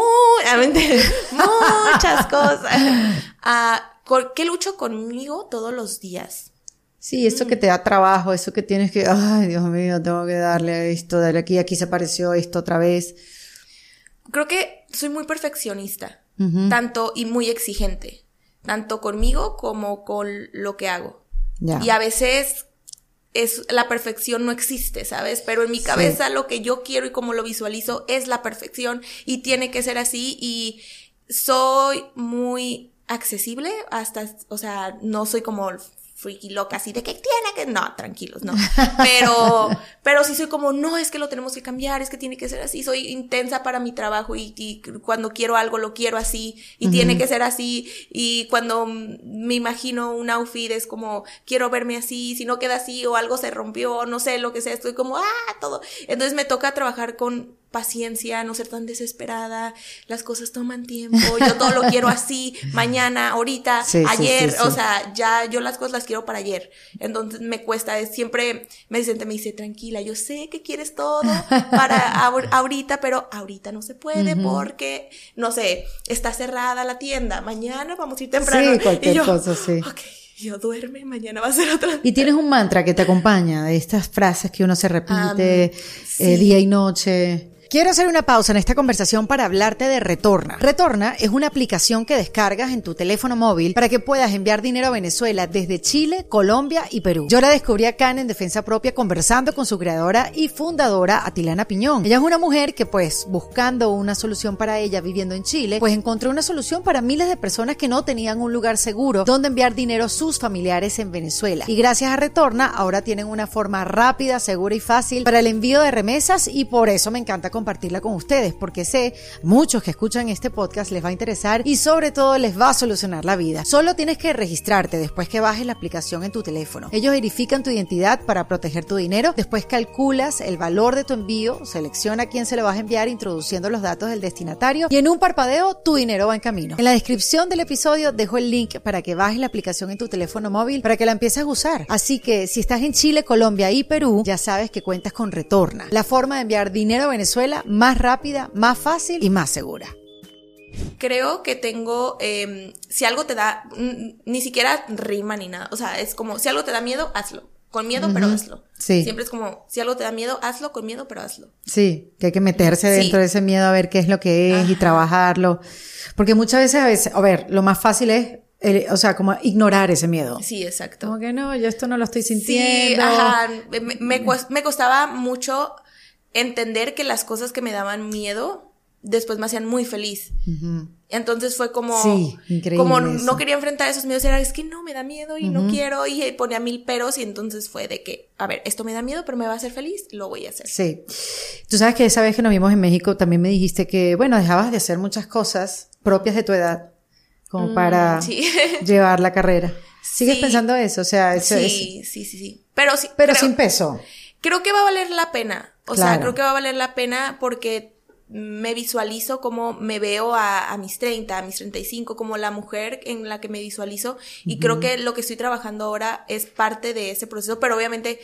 Muchas cosas. ¿Qué lucho conmigo todos los días? Sí, eso que te da trabajo, eso que tienes que... Ay, Dios mío, tengo que darle a esto, darle aquí se apareció esto otra vez. Creo que soy muy perfeccionista, tanto y muy exigente, tanto conmigo como con lo que hago. Ya. Y a veces la perfección no existe, ¿sabes? Pero en mi cabeza lo que yo quiero y como lo visualizo es la perfección y tiene que ser así y soy muy accesible o sea, no soy como freaky loca así de que tiene que, no, tranquilos, no, pero sí soy como, no, es que lo tenemos que cambiar, es que tiene que ser así, soy intensa para mi trabajo y cuando quiero algo lo quiero así y tiene que ser así y cuando me imagino un outfit es como, quiero verme así, si no queda así o algo se rompió, no sé, lo que sea, estoy como, todo, entonces me toca trabajar con paciencia, no ser tan desesperada, las cosas toman tiempo, yo todo lo quiero así, mañana, ahorita, ayer, o sea, ya yo las cosas las quiero para ayer, entonces me cuesta, siempre me dice, tranquila, yo sé que quieres todo para ahorita, pero ahorita no se puede porque, no sé, está cerrada la tienda, mañana vamos a ir temprano. Sí, cualquier cosa, sí. Okay. Yo duerme, mañana va a ser otra. ¿Y tienes un mantra que te acompaña de estas frases que uno se repite día y noche? Quiero hacer una pausa en esta conversación para hablarte de Retorna. Retorna es una aplicación que descargas en tu teléfono móvil para que puedas enviar dinero a Venezuela desde Chile, Colombia y Perú. Yo la descubrí acá en Defensa Propia conversando con su creadora y fundadora, Atilana Piñón. Ella es una mujer que buscando una solución para ella viviendo en Chile, encontró una solución para miles de personas que no tenían un lugar seguro donde enviar dinero a sus familiares en Venezuela. Y gracias a Retorna ahora tienen una forma rápida, segura y fácil para el envío de remesas y por eso me encanta compartirla con ustedes, porque sé muchos que escuchan este podcast les va a interesar y sobre todo les va a solucionar la vida. Solo tienes que registrarte después que bajes la aplicación en tu teléfono. Ellos verifican tu identidad para proteger tu dinero, después calculas el valor de tu envío, selecciona a quién se lo vas a enviar introduciendo los datos del destinatario y en un parpadeo tu dinero va en camino. En la descripción del episodio dejo el link para que bajes la aplicación en tu teléfono móvil para que la empieces a usar. Así que si estás en Chile, Colombia y Perú, ya sabes que cuentas con Retorna, la forma de enviar dinero a Venezuela más rápida, más fácil y más segura. Creo que tengo, si algo te da, ni siquiera rima ni nada, o sea, es como, si algo te da miedo, hazlo. Con miedo, pero hazlo. Sí. Siempre es como, si algo te da miedo, hazlo con miedo, pero hazlo. Sí, que hay que meterse dentro de ese miedo a ver qué es lo que es y trabajarlo. Porque muchas veces, lo más fácil es como ignorar ese miedo. Sí, exacto. Como que no, yo esto no lo estoy sintiendo. Sí, me costaba mucho entender que las cosas que me daban miedo después me hacían muy feliz. Entonces fue como, como no quería enfrentar esos miedos, es que no, me da miedo y no quiero, y ponía 1000 peros y entonces fue de que, a ver, esto me da miedo, pero me va a hacer feliz, lo voy a hacer. Sí. Tú sabes que esa vez que nos vimos en México también me dijiste que, dejabas de hacer muchas cosas propias de tu edad como para llevar la carrera. ¿Sigues pensando eso? O sea, sí. Pero sin peso. Creo que va a valer la pena. O sea, creo que va a valer la pena porque me visualizo como me veo a mis 30, a mis 35, como la mujer en la que me visualizo. Y creo que lo que estoy trabajando ahora es parte de ese proceso, pero obviamente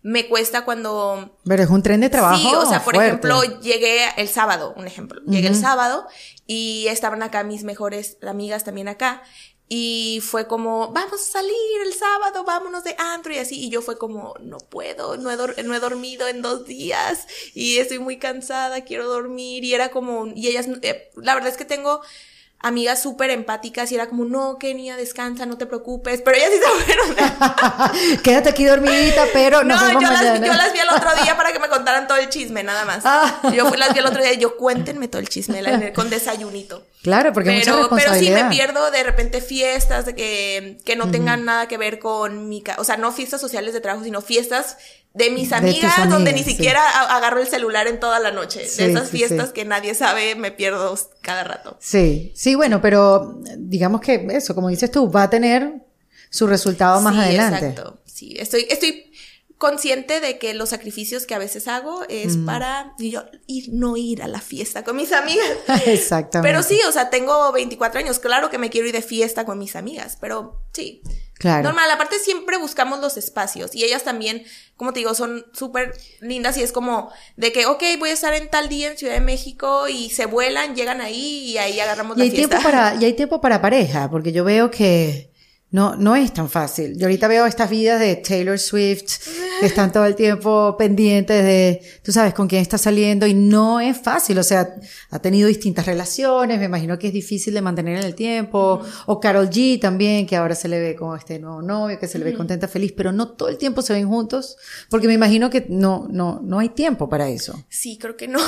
me cuesta cuando... Pero es un tren de trabajo. Sí, o sea, por fuerte. ejemplo, llegué el sábado, un ejemplo. Llegué el sábado y estaban acá mis mejores amigas también acá. Y fue como, vamos a salir el sábado, vámonos de antro y así. Y yo fue como, no puedo, no he dormido en 2 días y estoy muy cansada, quiero dormir. Y era como, y ellas, la verdad es que tengo amigas súper empáticas y era como, no, Kenia, descansa, no te preocupes. Pero ellas sí se fueron. Quédate aquí dormidita, pero no, yo las vi el otro día para que me contaran todo el chisme, nada más. Las vi el otro día y yo, cuéntenme todo el chisme con desayunito. Claro, porque mucha responsabilidad. Pero sí me pierdo de repente fiestas que no tengan nada que ver con o sea, no fiestas sociales de trabajo, sino fiestas de mis amigas, donde ni siquiera agarro el celular en toda la noche. De esas fiestas que nadie sabe, me pierdo cada rato. Sí, bueno, pero digamos que eso, como dices tú, va a tener su resultado más adelante. Exacto. Sí, estoy consciente de que los sacrificios que a veces hago es para no ir a la fiesta con mis amigas. Exactamente. Pero sí, o sea, tengo 24 años, claro que me quiero ir de fiesta con mis amigas, pero sí. Claro. Normal, aparte siempre buscamos los espacios y ellas también, como te digo, son súper lindas y es como de que, voy a estar en tal día en Ciudad de México y se vuelan, llegan ahí y ahí agarramos la fiesta. Y hay tiempo para pareja, porque yo veo que no es tan fácil. Yo ahorita veo estas vidas de Taylor Swift que están todo el tiempo pendientes de, tú sabes, con quién está saliendo y no es fácil. O sea, ha tenido distintas relaciones, me imagino que es difícil de mantener en el tiempo. O Karol G también, que ahora se le ve como este nuevo novio, que se le ve contenta, feliz, pero no todo el tiempo se ven juntos, porque me imagino que no hay tiempo para eso. Sí, creo que no.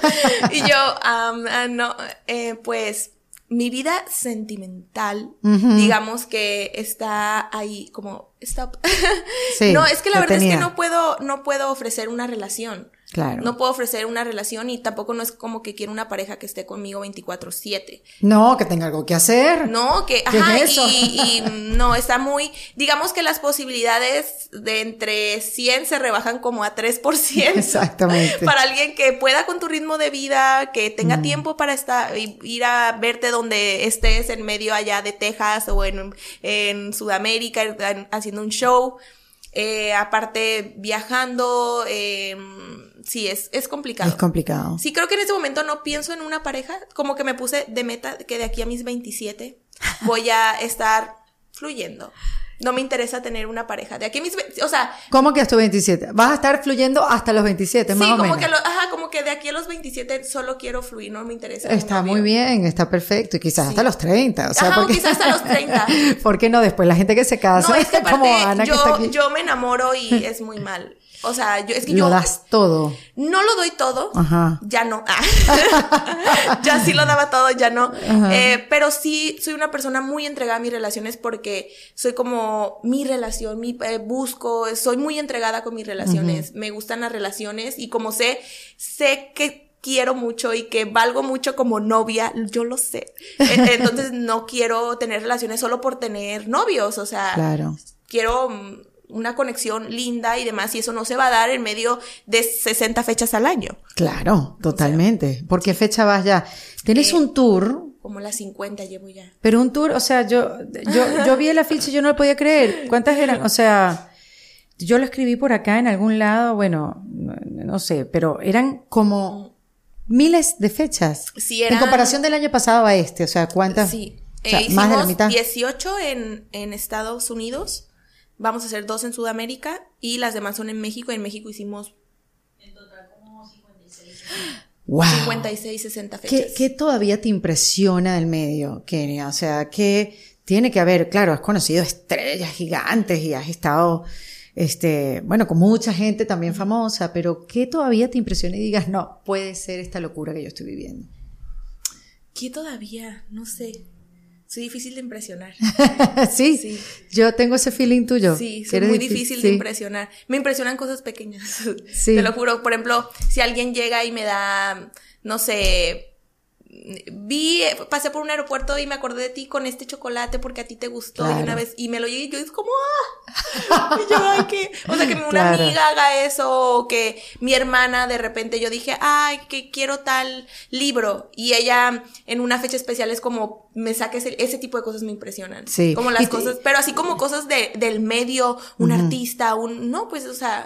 Y yo, pues... Mi vida sentimental, digamos que está ahí como stop. Sí, no, es que la verdad es que no puedo ofrecer una relación. Claro. No puedo ofrecer una relación y tampoco no es como que quiero una pareja que esté conmigo 24/7. No, que tenga algo que hacer. No, ¿Qué es eso? Y no, está muy, digamos que las posibilidades de entre 100 se rebajan como a 3%. Exactamente. Para alguien que pueda con tu ritmo de vida, que tenga tiempo para ir a verte donde estés en medio allá de Texas o en Sudamérica haciendo un show. Aparte viajando, sí, es complicado. Es complicado. Sí, creo que en este momento no pienso en una pareja, como que me puse de meta que de aquí a mis 27 voy a estar fluyendo. No me interesa tener una pareja. De aquí a mis... O sea... ¿Cómo que hasta 27? ¿Vas a estar fluyendo hasta los 27, más o menos? Sí, como que de aquí a los 27 solo quiero fluir, no me interesa. Está muy bien, está perfecto. Y quizás hasta los 30. O sea, quizás hasta los 30. ¿Por qué no? Después la gente que se casa, no, es que aparte, como Ana, que está aquí. Yo me enamoro y es muy mal. O sea, Lo das todo. No lo doy todo. Ajá. Ya no. Ya sí lo daba todo, ya no. Pero sí soy una persona muy entregada a mis relaciones porque soy como mi relación, soy muy entregada con mis relaciones. Me gustan las relaciones y como sé que quiero mucho y que valgo mucho como novia, yo lo sé. Entonces no quiero tener relaciones solo por tener novios, o sea, claro. Quiero una conexión linda y demás, y eso no se va a dar en medio de 60 fechas al año. Claro, totalmente. O sea, ¿por qué fecha vas ya? ¿Tienes un tour? Como las 50 llevo ya. Pero un tour, o sea, yo vi el afiche y yo no lo podía creer. ¿Cuántas eran? O sea, yo lo escribí por acá en algún lado, bueno, no sé, pero eran como miles de fechas. Sí, en comparación del año pasado a o sea, ¿cuántas? Sí. O sea, más de la mitad. 18 en Estados Unidos. Vamos a hacer 2 en Sudamérica y las demás son en México. En México hicimos en total como 56. Wow. 56, 60 fechas. ¿Qué todavía te impresiona del medio, Kenia? O sea, ¿qué tiene que haber? Claro, has conocido estrellas gigantes y has estado, bueno, con mucha gente también famosa, pero ¿qué todavía te impresiona y digas, no, puede ser esta locura que yo estoy viviendo? ¿Qué todavía? No sé. Soy difícil de impresionar. ¿Sí? Yo tengo ese feeling tuyo. Sí, soy muy difícil de impresionar. Me impresionan cosas pequeñas. Sí. Te lo juro. Por ejemplo, si alguien llega y me da, no sé, pasé por un aeropuerto y me acordé de ti con este chocolate porque a ti te gustó. Claro. Y una vez, y me lo llegué y yo es como, y yo, ay, que, o sea, que una amiga haga eso, o que mi hermana de repente yo dije, ay, que quiero tal libro, y ella en una fecha especial es como, me saque ese tipo de cosas me impresionan. Sí. Como las cosas, pero así como cosas del medio, un artista, no, pues, o sea,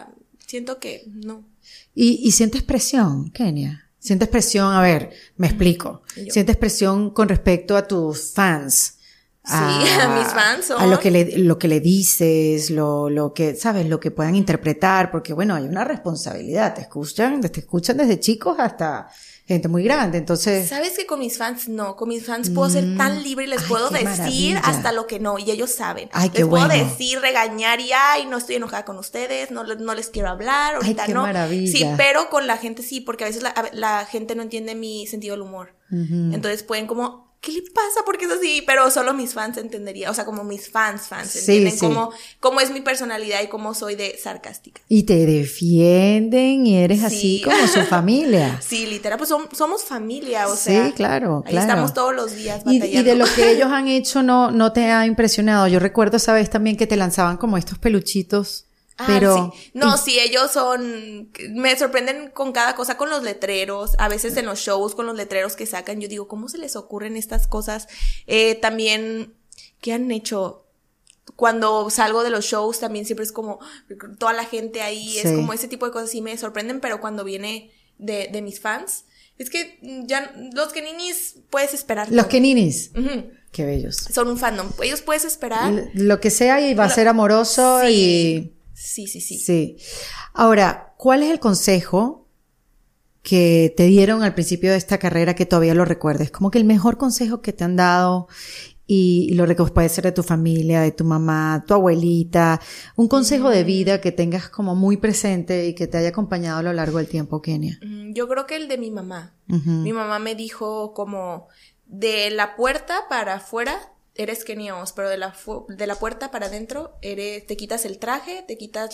siento que no. ¿Y sientes presión, Kenia? ¿Sientes presión? A ver, me explico. ¿Sientes presión con respecto a tus fans? Sí, a mis fans. A lo que le dices, lo que, ¿sabes? Lo que puedan interpretar, porque bueno, hay una responsabilidad. Te escuchan desde chicos hasta gente muy grande, entonces... ¿Sabes que con mis fans no? Con mis fans puedo ser tan libre y les puedo decir maravilla. Hasta lo que no, y ellos saben. Les puedo decir, regañar y no estoy enojada con ustedes, no les quiero hablar, ahorita no. Maravilla. Sí, pero con la gente sí, porque a veces la gente no entiende mi sentido del humor. Entonces pueden como... ¿Qué le pasa? ¿Por qué es así? Pero solo mis fans entenderían, o sea, como mis fans entienden cómo es mi personalidad y cómo soy de sarcástica. Y te defienden y eres así como su familia. Sí, literal, pues somos familia, o sea. Sí, claro. Ahí estamos todos los días batallando. Y de lo que ellos han hecho no te ha impresionado. Yo recuerdo esa vez también que te lanzaban como estos peluchitos. Pero sí. No, sí, ellos me sorprenden con cada cosa, con los letreros, a veces en los shows con los letreros que sacan, yo digo, ¿cómo se les ocurren estas cosas? También, ¿qué han hecho? Cuando salgo de los shows también siempre es como toda la gente ahí, es como ese tipo de cosas sí me sorprenden, pero cuando viene de mis fans, es que ya los Keninis puedes esperar. Los Keninis. Qué bellos. Son un fandom, ellos puedes esperar. Lo que sea y va a ser amoroso y... Sí. Ahora, ¿cuál es el consejo que te dieron al principio de esta carrera que todavía lo recuerdes? Como que el mejor consejo que te han dado y lo que puede ser de tu familia, de tu mamá, tu abuelita, un consejo de vida que tengas como muy presente y que te haya acompañado a lo largo del tiempo, Kenia. Yo creo que el de mi mamá. Mi mamá me dijo como de la puerta para afuera eres Kenia Os, pero de la puerta para adentro te quitas el traje, te quitas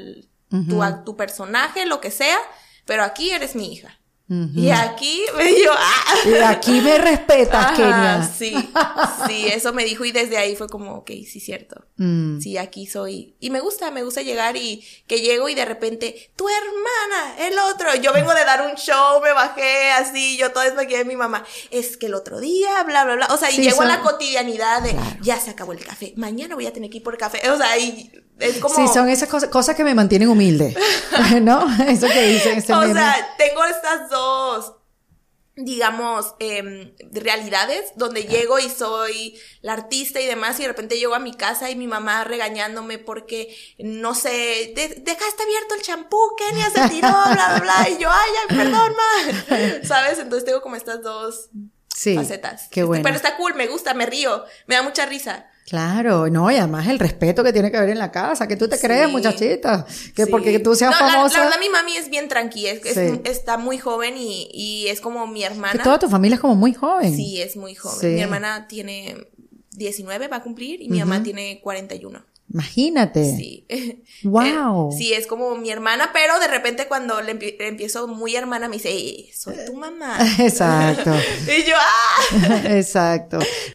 tu personaje, lo que sea, pero aquí eres mi hija. Y aquí y aquí me respetas, Kenia. Sí, eso me dijo y desde ahí fue como, okay, sí, cierto. Sí, aquí soy. Y me gusta llegar y que llego y de repente, tu hermana, el otro. Yo vengo de dar un show, me bajé así, yo toda desmaquillada de mi mamá. Es que el otro día, bla, bla, bla. O sea, y llego a la cotidianidad de, ya se acabó el café, mañana voy a tener que ir por café. O sea, y es como... Sí, son esas cosas que me mantienen humilde, ¿no? Eso que dicen ese meme. O sea, tengo estas dos, digamos, realidades donde llego y soy la artista y demás y de repente llego a mi casa y mi mamá regañándome porque, no sé, dejaste abierto el champú, Kenia se tiró, bla, bla, bla, y yo, ay, perdón, ma, ¿sabes? Entonces tengo como estas dos facetas. Qué bueno. Pero está cool, me gusta, me río, me da mucha risa. Claro, no, y además el respeto que tiene que haber en la casa, que tú te crees, muchachita, que porque tú seas famosa. La verdad, mi mami es bien tranquila, está muy joven y es como mi hermana. Que toda tu familia es como muy joven. Sí, es muy joven. Mi hermana tiene 19, va a cumplir, y mi mamá tiene 41. Imagínate. Sí. Wow. Sí, es como mi hermana, pero de repente cuando le empiezo muy hermana me dice, soy tu mamá. Exacto. Y yo, Exacto.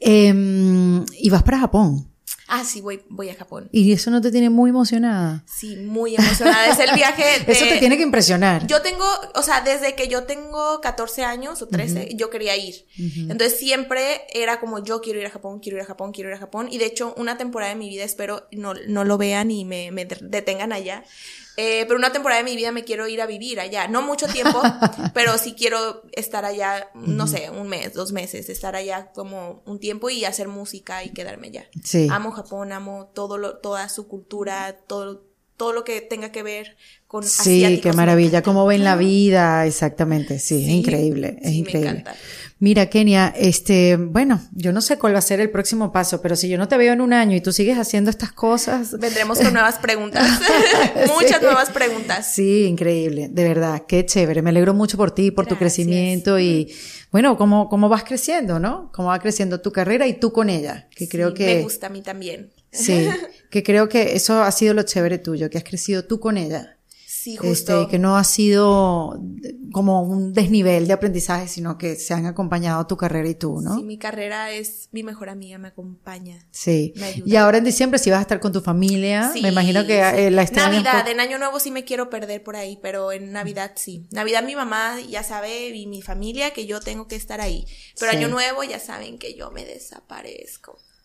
¿Y vas para Japón? Sí, voy a Japón. ¿Y eso no te tiene muy emocionada? Sí, muy emocionada. Es el viaje Eso te tiene que impresionar. Yo tengo, o sea, desde que yo tengo 14 años o 13, yo quería ir. Entonces siempre era como, yo quiero ir a Japón, quiero ir a Japón, quiero ir a Japón. Y de hecho, una temporada de mi vida, espero no lo vean y me detengan allá. Pero una temporada de mi vida me quiero ir a vivir allá. No mucho tiempo, pero sí quiero estar allá, no sé, 1 mes, 2 meses, estar allá como un tiempo y hacer música y quedarme allá. Sí. Amo Japón, amo toda su cultura, todo lo que tenga que ver con asiáticos. Sí, qué maravilla, cómo ven la vida, exactamente, sí, es increíble, es increíble. Me encanta. Mira, Kenia, bueno, yo no sé cuál va a ser el próximo paso, pero si yo no te veo en 1 año y tú sigues haciendo estas cosas... Vendremos con nuevas preguntas, muchas nuevas preguntas. Sí, increíble, de verdad, qué chévere, me alegro mucho por ti, por tu crecimiento y, bueno, cómo vas creciendo, ¿no? Cómo va creciendo tu carrera y tú con ella, que creo que... me gusta a mí también. Sí, que creo que eso ha sido lo chévere tuyo, que has crecido tú con ella. Sí, justo. Que no ha sido como un desnivel de aprendizaje, sino que se han acompañado tu carrera y tú, ¿no? Sí, mi carrera es mi mejor amiga, me acompaña. Sí. Me ayuda. Y ahora en diciembre sí vas a estar con tu familia. Sí, me imagino que la extrañas. Navidad, en Año Nuevo sí me quiero perder por ahí, pero en Navidad sí. Navidad mi mamá ya sabe, y mi familia, que yo tengo que estar ahí. Pero Año Nuevo ya saben que yo me desaparezco.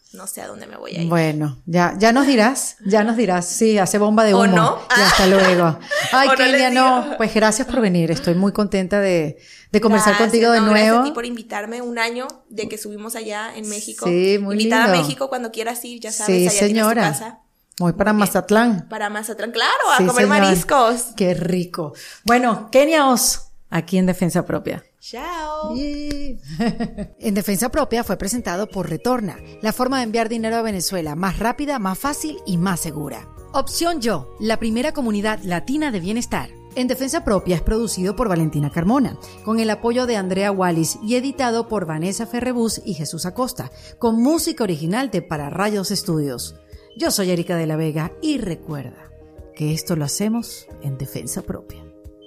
no sé a dónde me voy a ir. Bueno, ya nos dirás. Sí, hace bomba de humo. ¿O no? Ya, hasta luego. Ay, Kenia, no. Pues gracias por venir. Estoy muy contenta de conversar contigo de nuevo. Gracias a ti por invitarme. Un año de que subimos allá en México. Sí, muy Invitada lindo. a México cuando quieras ir, ya sabes, sí, allá señora. tienes tu casa. Voy para Mazatlán. Para Mazatlán, claro, a sí, comer señor. mariscos. Qué rico. Bueno, Kenia Oz, aquí en Defensa Propia. Chao. En Defensa Propia fue presentado por Retorna, la forma de enviar dinero a Venezuela más rápida, más fácil y más segura. Opción Yo, la primera comunidad latina de bienestar. En Defensa Propia es producido por Valentina Carmona, con el apoyo de Andrea Wallis y editado por Vanessa Ferrebus y Jesús Acosta, con música original de Para Rayos Studios. Yo soy Erika de la Vega y recuerda que esto lo hacemos en Defensa Propia.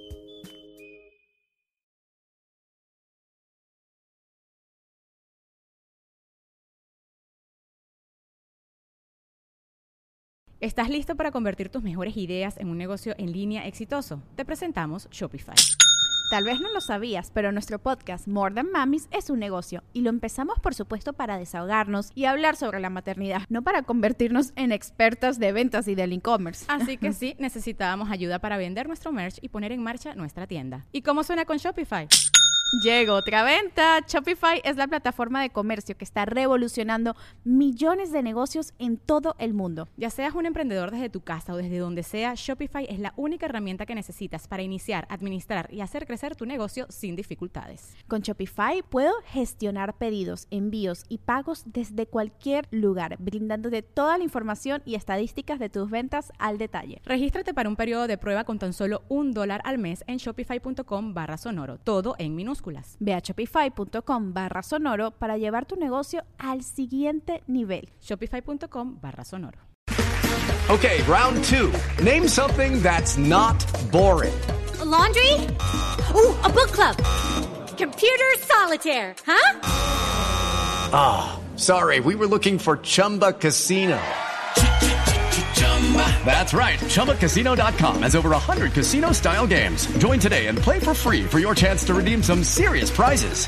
¿Estás listo para convertir tus mejores ideas en un negocio en línea exitoso? Te presentamos Shopify. Tal vez no lo sabías, pero nuestro podcast More Than Mamis es un negocio y lo empezamos por supuesto para desahogarnos y hablar sobre la maternidad, no para convertirnos en expertas de ventas y del e-commerce. Así que sí, necesitábamos ayuda para vender nuestro merch y poner en marcha nuestra tienda. ¿Y cómo suena con Shopify? Llegó otra venta. Shopify es la plataforma de comercio que está revolucionando millones de negocios en todo el mundo. Ya seas un emprendedor desde tu casa o desde donde sea, Shopify es la única herramienta que necesitas para iniciar, administrar y hacer crecer tu negocio sin dificultades. Con Shopify puedo gestionar pedidos, envíos y pagos desde cualquier lugar, brindándote toda la información y estadísticas de tus ventas al detalle. Regístrate para un periodo de prueba con tan solo $1 al mes en shopify.com/sonoro, todo en minúsculas. Ve a shopify.com/sonoro para llevar tu negocio al siguiente nivel. Shopify.com/sonoro. Okay, round 2. Name something that's not boring. A laundry? Ooh, a book club. Computer solitaire, huh? Ah, sorry, we were looking for Chumba Casino. That's right. ChumbaCasino.com has over 100 casino-style games. Join today and play for free for your chance to redeem some serious prizes.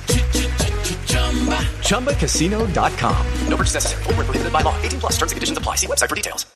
ChumbaCasino.com. No purchase necessary. Void where prohibited by law. 18+ terms and conditions apply. See website for details.